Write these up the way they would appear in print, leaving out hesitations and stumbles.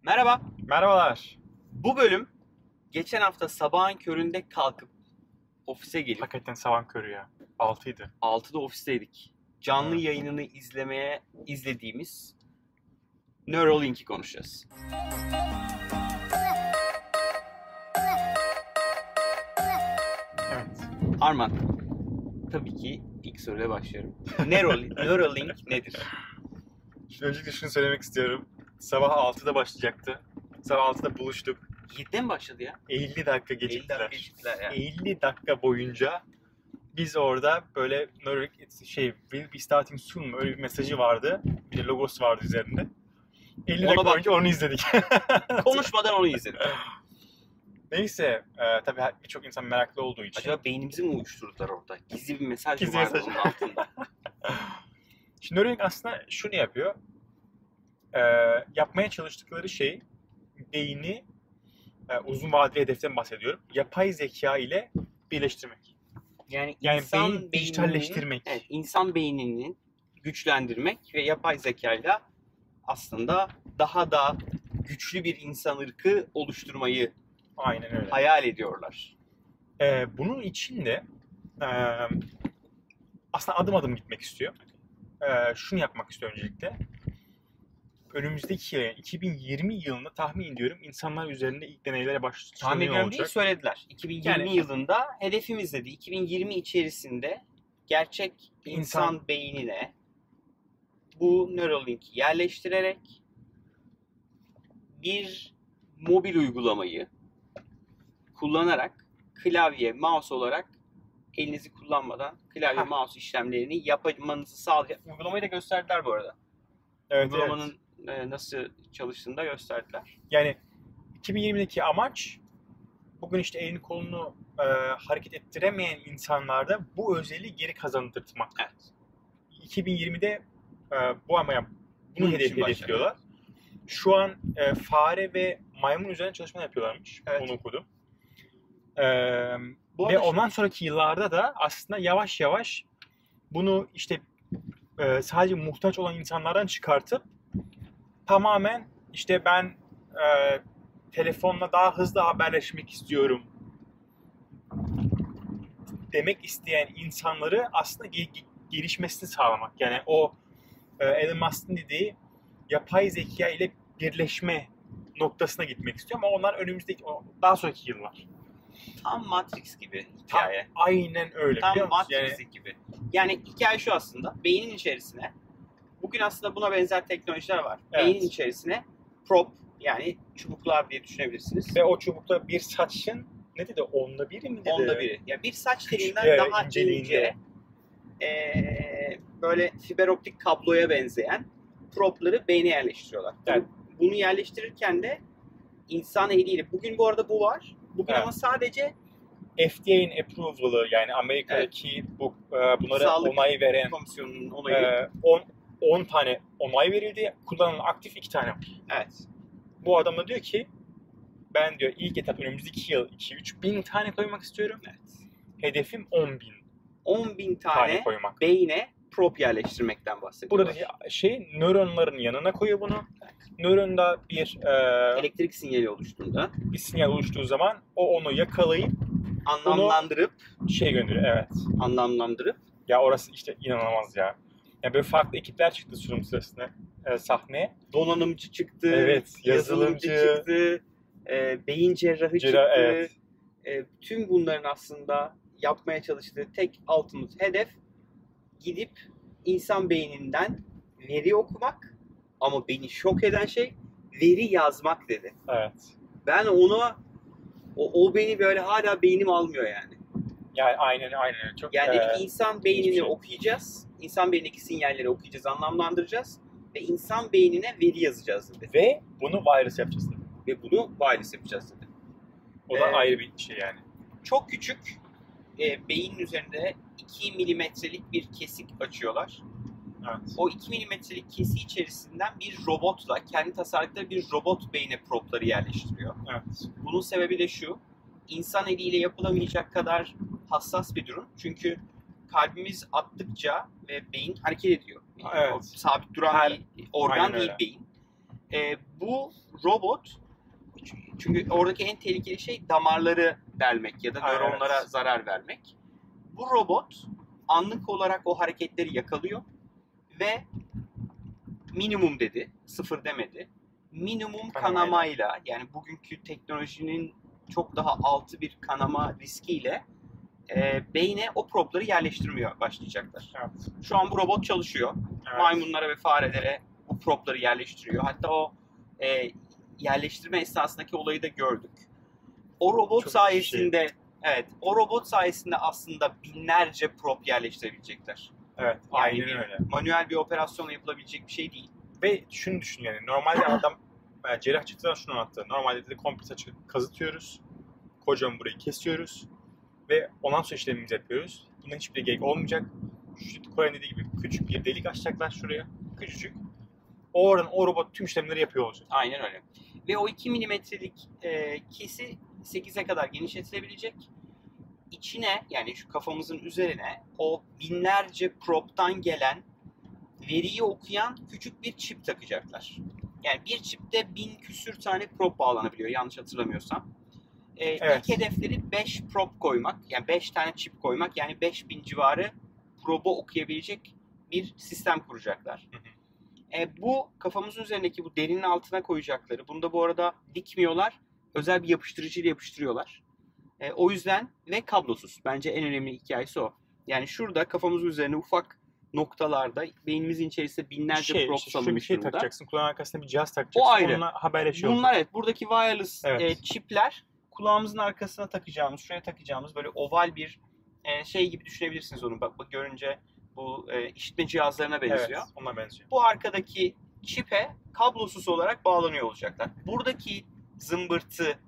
Merhaba. Merhabalar. Bu bölüm geçen hafta sabahın köründe kalkıp ofise gelip Hakikaten sabah körü ya. 6'ydı. 6'da ofisteydik. Canlı Evet. yayınını izlediğimiz Neuralink'i konuşacağız. Evet. Arman, tabii ki ilk soruyla başlıyorum. Neuralink nedir? Şimdi öncelikle şunu söylemek istiyorum. Sabah 6'da başlayacaktı. Sabah 6'da buluştuk. 7'de mi başladı ya? 50 dakika 50 geciktiler. dakika geciktiler ya. 50 dakika boyunca biz orada böyle will be starting soon öyle bir mesajı vardı. Bir de logosu vardı üzerinde. 50 Ona dakika bak. boyunca onu izledik. Konuşmadan onu izledim. Neyse, tabii birçok insan meraklı olduğu için. Acaba beynimizi mi uyuşturdular orada? Gizli bir mesaj mı Gizli var mesaj. onun altında? Şimdi Neuralink aslında şunu yapıyor. Yapmaya çalıştıkları şey beyni uzun vadeli hedeften bahsediyorum. Yapay zeka ile birleştirmek. Yani beyin beyninin, dijitalleştirmek. evet, insan beynini güçlendirmek ve yapay zekayla aslında daha da güçlü bir insan ırkı oluşturmayı Aynen öyle. hayal ediyorlar. Bunun için de aslında adım adım gitmek istiyor. Şunu yapmak istiyor öncelikle. Önümüzdeki yıl, 2020 yılında tahmin ediyorum insanlar üzerinde ilk deneylere Tahmin başlanıyor ediyorum değil, olacak. söylediler. 2020 yılında hedefimiz dedi. 2020 içerisinde gerçek insan beynine bu Neuralink'i yerleştirerek bir mobil uygulamayı kullanarak klavye, mouse olarak elinizi kullanmadan klavye, mouse işlemlerini yapmanızı sağlayacak. Uygulamayı da gösterdiler bu arada. Evet, Uygulamanın nasıl çalıştığını da gösterdiler. Yani 2020'deki amaç bugün işte elini kolunu hareket ettiremeyen insanlarda bu özelliği geri kazandırtmak. Evet. 2020'de bunu Bunun için hedefliyorlar. Şu an fare ve maymun üzerine çalışma yapıyorlarmış. Evet. Onu okudum. Bu Ve ondan sonraki yıllarda da aslında yavaş yavaş bunu işte sadece muhtaç olan insanlardan çıkartıp tamamen işte ben telefonla daha hızlı haberleşmek istiyorum demek isteyen insanları aslında gelişmesini sağlamak. Yani o Elon Musk'ın dediği yapay zeka ile birleşme noktasına gitmek istiyor ama onlar önümüzdeki daha sonraki yıllar. Tam Matrix gibi hikaye. Aynen öyle. Tam Matrix gibi. Yani hikaye şu aslında. Beynin içerisine, bugün aslında buna benzer teknolojiler var. Evet. Beynin içerisine prop, yani çubuklar diye düşünebilirsiniz. Ve o çubukta bir saçın ne dedi? 10'da 1'i mi dedi? 10'da 1'i. Yani bir saç telinden evet, daha ince, böyle fiber optik kabloya benzeyen propları beyne yerleştiriyorlar. Evet. Bunu yerleştirirken de insan eliyle. Bugün bu arada bu var. Bugün Evet. ama sadece FDA'nin approval'ı, yani Amerika'daki bunlara Sağlık onay veren Komisyonu'nun onayı. 10 tane onay verildi. Kullanılan aktif 2 tane var. Evet. Bu adam da diyor ki ben diyor ilk etap önümüzdeki yıl 2-3 bin tane koymak istiyorum. Evet. Hedefim 10 bin. 10.000 tane koymak. beyne prop yerleştirmekten bahsediyorlar. Burada nöronların yanına koyuyor bunu. Nöronda bir elektrik sinyali oluştuğunda bir sinyal oluştuğu zaman o onu yakalayıp anlamlandırıp gönderiyor. Evet. Anlamlandırıp. Ya orası işte inanılmaz ya. Yani böyle farklı ekipler çıktı sunum sırasında sahneye. Donanımcı çıktı. Evet. Yazılımcı çıktı. Beyin cerrahı çıktı. Evet. Tüm bunların aslında yapmaya çalıştığı tek ultimate hedef gidip insan beyninden veri okumak, ama beni şok eden şey veri yazmak dedi. Evet. Ben o beni böyle hala beynim almıyor yani. Yani aynen çok. Yani dedi ki insan beynini şey. okuyacağız, insan beynindeki sinyalleri okuyacağız, anlamlandıracağız ve insan beynine veri yazacağız dedi. Ve bunu virus yapacağız dedi. Ve bunu wireless yapacağız dedi. O da ayrı bir şey yani. Çok küçük beynin üzerinde 2 milimetrelik bir kesik açıyorlar. Evet. O 2 milimetrelik kesi içerisinden bir robotla, kendi tasarladıkları bir robot beyne propları yerleştiriyor. Evet. Bunun sebebi de şu: insan eliyle yapılamayacak kadar hassas bir durum. Çünkü kalbimiz attıkça ve beyin hareket ediyor. Evet. O sabit duran bir organ değil beyin. Bu robot, çünkü oradaki en tehlikeli şey damarları delmek ya da nöronlara Evet. zarar vermek. Bu robot anlık olarak o hareketleri yakalıyor ve minimum dedi, sıfır demedi. Minimum kanamayla, yani bugünkü teknolojinin çok daha altı bir kanama riskiyle beyne o propları yerleştirmeye başlayacaklar. Evet. Şu an bu robot çalışıyor. Evet. Maymunlara ve farelere bu propları yerleştiriyor. Hatta o yerleştirme esnasındaki olayı da gördük. O robot Çok sayesinde, evet, o robot sayesinde aslında binlerce prop yerleştirebilecekler. Evet, Yani aynen bir öyle. manuel bir operasyonla yapılabilecek bir şey değil. Ve şunu düşün, yani normalde adam cerrah çıktıdan şunu anlattı. Normalde dedi komple saçı kazıtıyoruz. Kocaman burayı kesiyoruz. Ve ondan sonra işlemimizi yapıyoruz. Bunun hiçbir gerek olmayacak. Şu Kore'nin dediği gibi küçük bir delik açacaklar şuraya. Küçücük. Oradan o robot tüm işlemleri yapıyor olacak. Aynen öyle. Ve o 2 milimetrelik kesi 8'e kadar genişletilebilecek. İçine, yani şu kafamızın üzerine o binlerce prop'tan gelen veriyi okuyan küçük bir çip takacaklar. Yani bir çipte 1000 küsür tane prop bağlanabiliyor yanlış hatırlamıyorsam. Evet. İlk hedefleri 5 prop koymak, yani 5 tane çip koymak, yani 5000 civarı prop'u okuyabilecek bir sistem kuracaklar. Bu kafamızın üzerindeki bu derinin altına koyacakları, bunu da bu arada dikmiyorlar, özel bir yapıştırıcıyla yapıştırıyorlar. O yüzden ve kablosuz. Bence en önemli hikayesi o. Yani şurada kafamızın üzerine ufak noktalarda beynimizin içerisinde binlerce prop İşte şöyle bir salınmış şey durumda. takacaksın. Kulağın arkasına bir cihaz takacaksın. O ayrı. Onunla haberleşiyor Bunlar olacak. evet, buradaki wireless Evet. çipler kulağımızın arkasına takacağımız, şuraya takacağımız böyle oval bir şey gibi düşünebilirsiniz onu. Bak görünce bu işitme cihazlarına benziyor. Evet, ona benziyor. Bu arkadaki çipe kablosuz olarak bağlanıyor olacaklar. Buradaki zımbırtı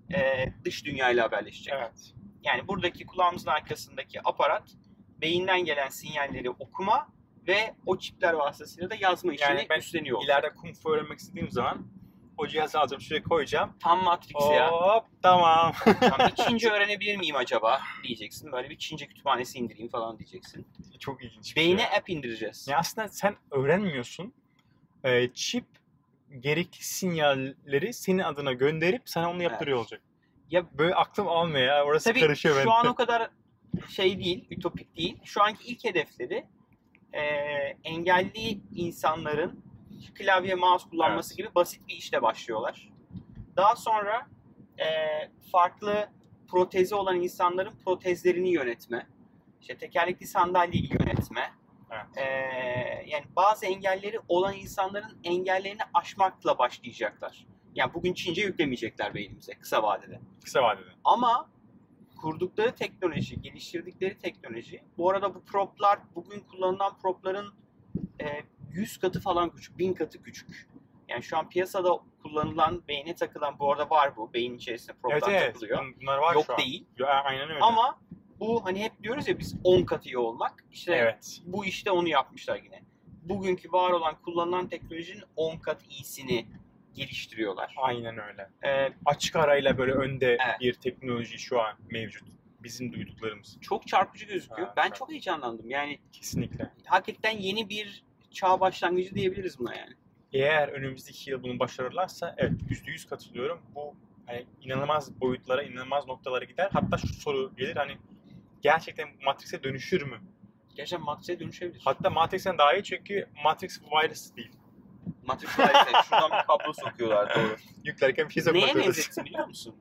dış dünyayla haberleşecek. Evet. Yani buradaki kulağımızın arkasındaki aparat beyinden gelen sinyalleri okuma ve o çipler vasıtasıyla da yazma işini Yani ben üstleniyor olacak. İleride kung fu öğrenmek istediğim zaman o cihazı alacağım, şuraya koyacağım. Tam Matrix ya. Hop, tamam. Tam Çince öğrenebilir miyim acaba diyeceksin. Böyle bir Çince kütüphanesi indireyim falan diyeceksin. Çok ilginç bir Beyne şey. app indireceğiz. Ya aslında sen öğrenmiyorsun. Çip gerekli sinyalleri senin adına gönderip sana onu yaptırıyor olacak. Ya Böyle aklım almıyor ya. Orası tabii karışıyor bende. şu an o kadar şey değil, ütopik değil. Şu anki ilk hedefleri engelli insanların klavye, mouse kullanması gibi basit bir işle başlıyorlar. Daha sonra farklı protezi olan insanların protezlerini yönetme, işte tekerlekli sandalyeyi yönetme, Evet. yani bazı engelleri olan insanların engellerini aşmakla başlayacaklar. Yani bugün Çince yüklemeyecekler beynimize kısa vadede. Kısa vadede. Ama kurdukları teknoloji, geliştirdikleri teknoloji, bu arada bu proplar, bugün kullanılan propların 100 katı falan küçük, 1000 katı küçük. Yani şu an piyasada kullanılan, beyne takılan, bu arada var bu, beynin içerisinde proplar Evet. takılıyor. Bunlar var Yok şu an. değil. Ya, aynen öyle. Ama bu hani hep diyoruz ya biz 10 katı iyi olmak. İşte Evet. bu işte onu yapmışlar yine. Bugünkü var olan kullanılan teknolojinin 10 kat iyisini geliştiriyorlar. Aynen öyle. Ee, Açık arayla böyle önde Evet. bir teknoloji şu an mevcut. Bizim duyduklarımız. Çok çarpıcı gözüküyor. Ha, Ben evet. çok heyecanlandım. Yani Kesinlikle. hakikaten yeni bir çağ başlangıcı diyebiliriz buna yani. Eğer önümüzdeki yıl bunu başarırlarsa evet %100 katılıyorum. Bu hani inanılmaz boyutlara, inanılmaz noktalara gider. Hatta şu soru gelir, hani gerçekten Matrix'e dönüşür mü? Gerçekten Matrix'e dönüşebilir. Hatta Matrix'ten daha iyi çünkü Matrix virus değil. Matrix sayesinde şuradan bir kablo sokuyorlar doğru. Yüklerken bir şey Neye sokmak benzettim biliyor musun?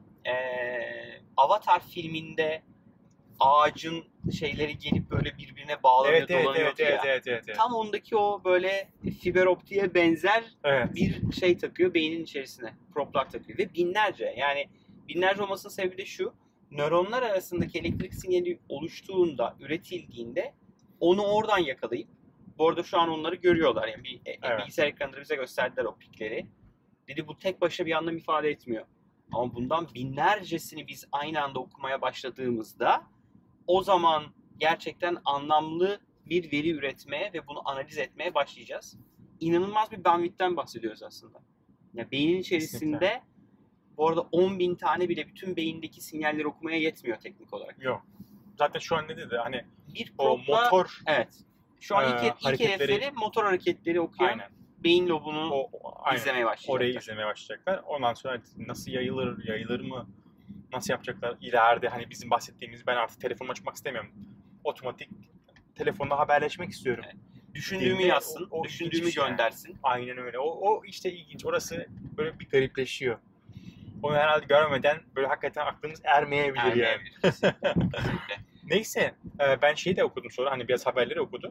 Avatar filminde ağacın şeyleri gelip böyle birbirine bağlanıyor, dolanıyordu ya. Evet. Tam ondaki o böyle fiber optiğe benzer Evet. bir şey takıyor beynin içerisine. Proplar takıyor ve binlerce, yani binlerce olmasının sebebi de şu: nöronlar arasındaki elektrik sinyali oluştuğunda, üretildiğinde onu oradan yakalayıp, bu arada şu an onları görüyorlar. Yani bir Evet. bilgisayar ekranında bize gösterdiler o pikleri. Dedi bu tek başına bir anlam ifade etmiyor. Ama bundan binlercesini biz aynı anda okumaya başladığımızda o zaman gerçekten anlamlı bir veri üretmeye ve bunu analiz etmeye başlayacağız. İnanılmaz bir bandwidth'ten bahsediyoruz aslında. Yani beynin içerisinde Kesinlikle. bu arada 10.000 tane bile bütün beyindeki sinyalleri okumaya yetmiyor teknik olarak. Yok. Zaten şu an ne dedi? Hani Bir o propla, motor evet. Şu an ilk hareketleri- hedefleri motor hareketleri okuyan aynen. beyin lobunu aynen, izlemeye başlayacaklar. orayı izlemeye başlayacaklar. Ondan sonra nasıl yayılır mı? Nasıl yapacaklar? İleride hani bizim bahsettiğimiz, ben artık telefonu açmak istemiyorum. Otomatik telefonla haberleşmek istiyorum. Evet. Düşündüğümü Dediğinde yazsın, o düşündüğümü ilginç bir şey göndersin. Aynen öyle. O işte ilginç. Orası böyle bir garipleşiyor. Onu herhalde görmeden böyle hakikaten aklımız ermeyebilir yani. Ermeyebilir, kesinlikle. Kesinlikle. Neyse, ben şeyi de okudum sonra, hani biraz haberleri okudum.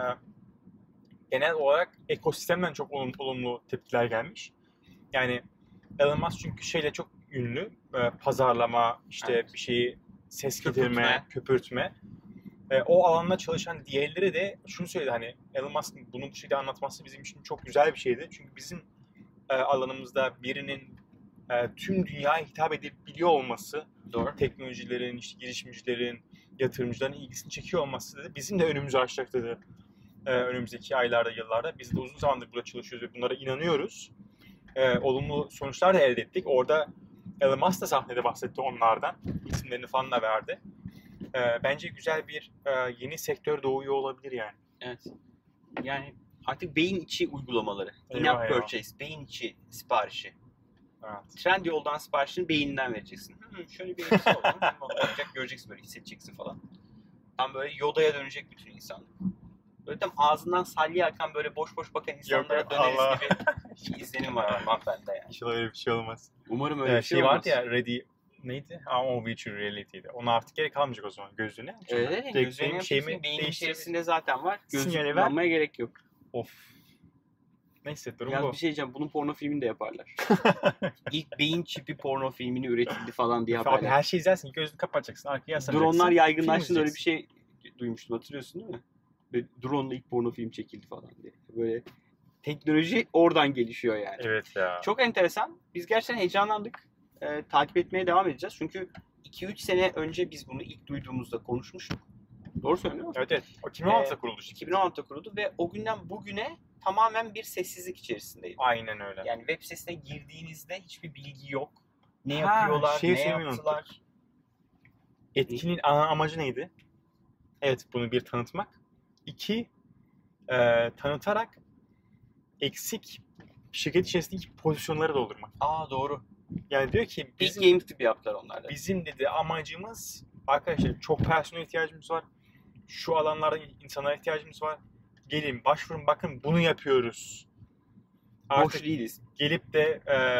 Genel olarak ekosistemden çok olumlu tepkiler gelmiş. Yani Elon Musk çünkü şeyle çok ünlü. Pazarlama, işte Evet. bir şeyi ses Köpürtme. getirme, köpürtme. O alanda çalışan diğerleri de şunu söyledi, hani Elon Musk'ın bunu bu şekilde anlatması bizim için çok güzel bir şeydi. Çünkü bizim alanımızda birinin tüm dünyaya hitap edebiliyor olması, Doğru. teknolojilerin, işte girişimcilerin, yatırımcıların ilgisini çekiyor olması dedi. Bizim de önümüzü açacak dedi. Önümüzdeki aylarda, yıllarda. Biz de uzun zamandır burada çalışıyoruz ve bunlara inanıyoruz. Olumlu sonuçlar da elde ettik. Orada Elon Musk da sahnede bahsetti onlardan. İsimlerini falan da verdi. Bence güzel bir yeni sektör doğuyor olabilir yani. Evet. Yani artık beyin içi uygulamaları. Eyvah, In-app eyvah. purchase, beyin içi siparişi. Evet. Trendyol'dan siparişini beyninden vereceksin. Şöyle bir elbise oldu. Olacak, göreceksin, böyle hissedeceksin falan. Tam böyle Yoda'ya dönecek bütün insanlık. Böyle tam ağzından salya akan, böyle boş boş bakan insanlara Yok, döneriz Allah. gibi bir izlenim var bende yani. İnşallah öyle bir şey olmaz. Umarım öyle bir şey Şey olmaz. vardı ya, Ready neydi? Ama o virtual reality'ydi. Ona artık gerek kalmayacak o zaman gözlüğüne. Öyle değil. Gözlerinin Benim şeyimi beynin değiştirip içerisinde zaten var. Gözlük sinyali ver. kullanmaya gerek yok. Of. Neyse, durum Yalnız bu. bir şey diyeceğim. Bunun porno filmini de yaparlar. İlk beyin çipi porno filmini üretildi falan diye Abi haberler. her şeyi izlersin. Gözünü kapatacaksın. Arkaya yaslanacaksın. Dronlar yaygınlaştı, Film öyle bir şey duymuştum, hatırlıyorsun değil mi? Ve drone'la ilk porno film çekildi falan diye. Böyle teknoloji oradan gelişiyor yani. Evet ya. Çok enteresan. Biz gerçekten heyecanlandık. Takip etmeye devam edeceğiz. Çünkü 2-3 sene önce biz bunu ilk duyduğumuzda konuşmuştuk. Doğru söylüyor musun? Evet. O 2016'da kuruldu işte. 2016'da kuruldu ve o günden bugüne tamamen bir sessizlik içerisindeydi. Aynen öyle. Yani web sitesine girdiğinizde hiçbir bilgi yok. Ne Ha, yapıyorlar, şeyi ne söylemeyi yaptılar. Etkinin ana amacı neydi? Evet, bunu bir tanıtmak. 2, tanıtarak eksik şirket içerisindeki pozisyonları doldurmak. Doğru. Yani diyor ki Big bizim, Game tipi yaptılar onlar da. bizim dedi amacımız, arkadaşlar çok personel ihtiyacımız var. Şu alanlarda insanlara ihtiyacımız var. Gelin başvurun, bakın bunu yapıyoruz. Artık Boş değiliz. gelip de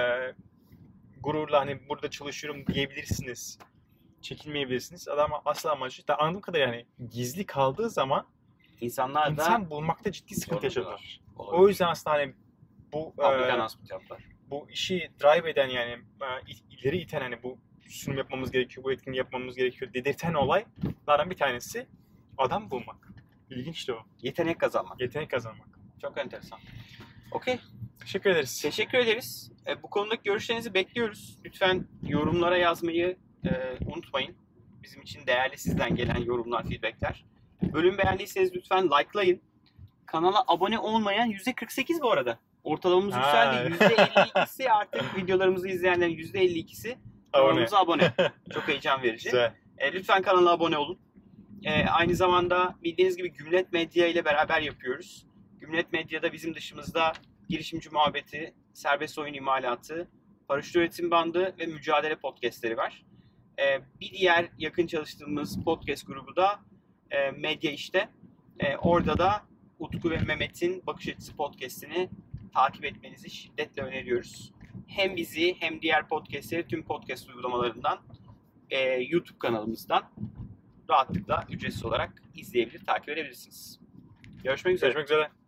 gururla hani burada çalışıyorum diyebilirsiniz. Çekinmeyebilirsiniz. Adam asıl amacı da anladığım kadarıyla yani gizli kaldığı zaman İnsanlar insan da bulmakta ciddi sıkıntı yaşadılar. olabilir. O yüzden aslında hani bu Public announcement yaptılar. bu işi drive eden, yani ileri iten, hani bu sunum yapmamız gerekiyor, bu etkinliği yapmamız gerekiyor dedirten olaylardan bir tanesi adam bulmak. İlginçti o. Yetenek kazanmak. Yetenek kazanmak. Çok enteresan. Okey. Teşekkür ederiz. Teşekkür ederiz. Bu konudaki görüşlerinizi bekliyoruz. Lütfen yorumlara yazmayı unutmayın. Bizim için değerli sizden gelen yorumlar, feedbackler. Bölüm beğendiyseniz lütfen likelayın. Kanala abone olmayan %48 bu arada. Ortalamamız yükseldi. %52'si artık videolarımızı izleyenlerin %52'si kanalımıza abone. Çok heyecan verici. Güzel. Lütfen kanala abone olun. Aynı zamanda bildiğiniz gibi Gümlet Medya ile beraber yapıyoruz. Gümlet Medya'da bizim dışımızda girişimci muhabbeti, serbest oyun imalatı, paraşüt üretim bandı ve mücadele podcastleri var. Bir diğer yakın çalıştığımız podcast grubu da Medya İşte. Orada da Utku ve Mehmet'in Bakış Açısı podcastini takip etmenizi şiddetle öneriyoruz. Hem bizi hem diğer podcastleri tüm podcast uygulamalarından, YouTube kanalımızdan rahatlıkla ücretsiz olarak izleyebilir, takip edebilirsiniz. Görüşmek üzere. Görüşmek üzere.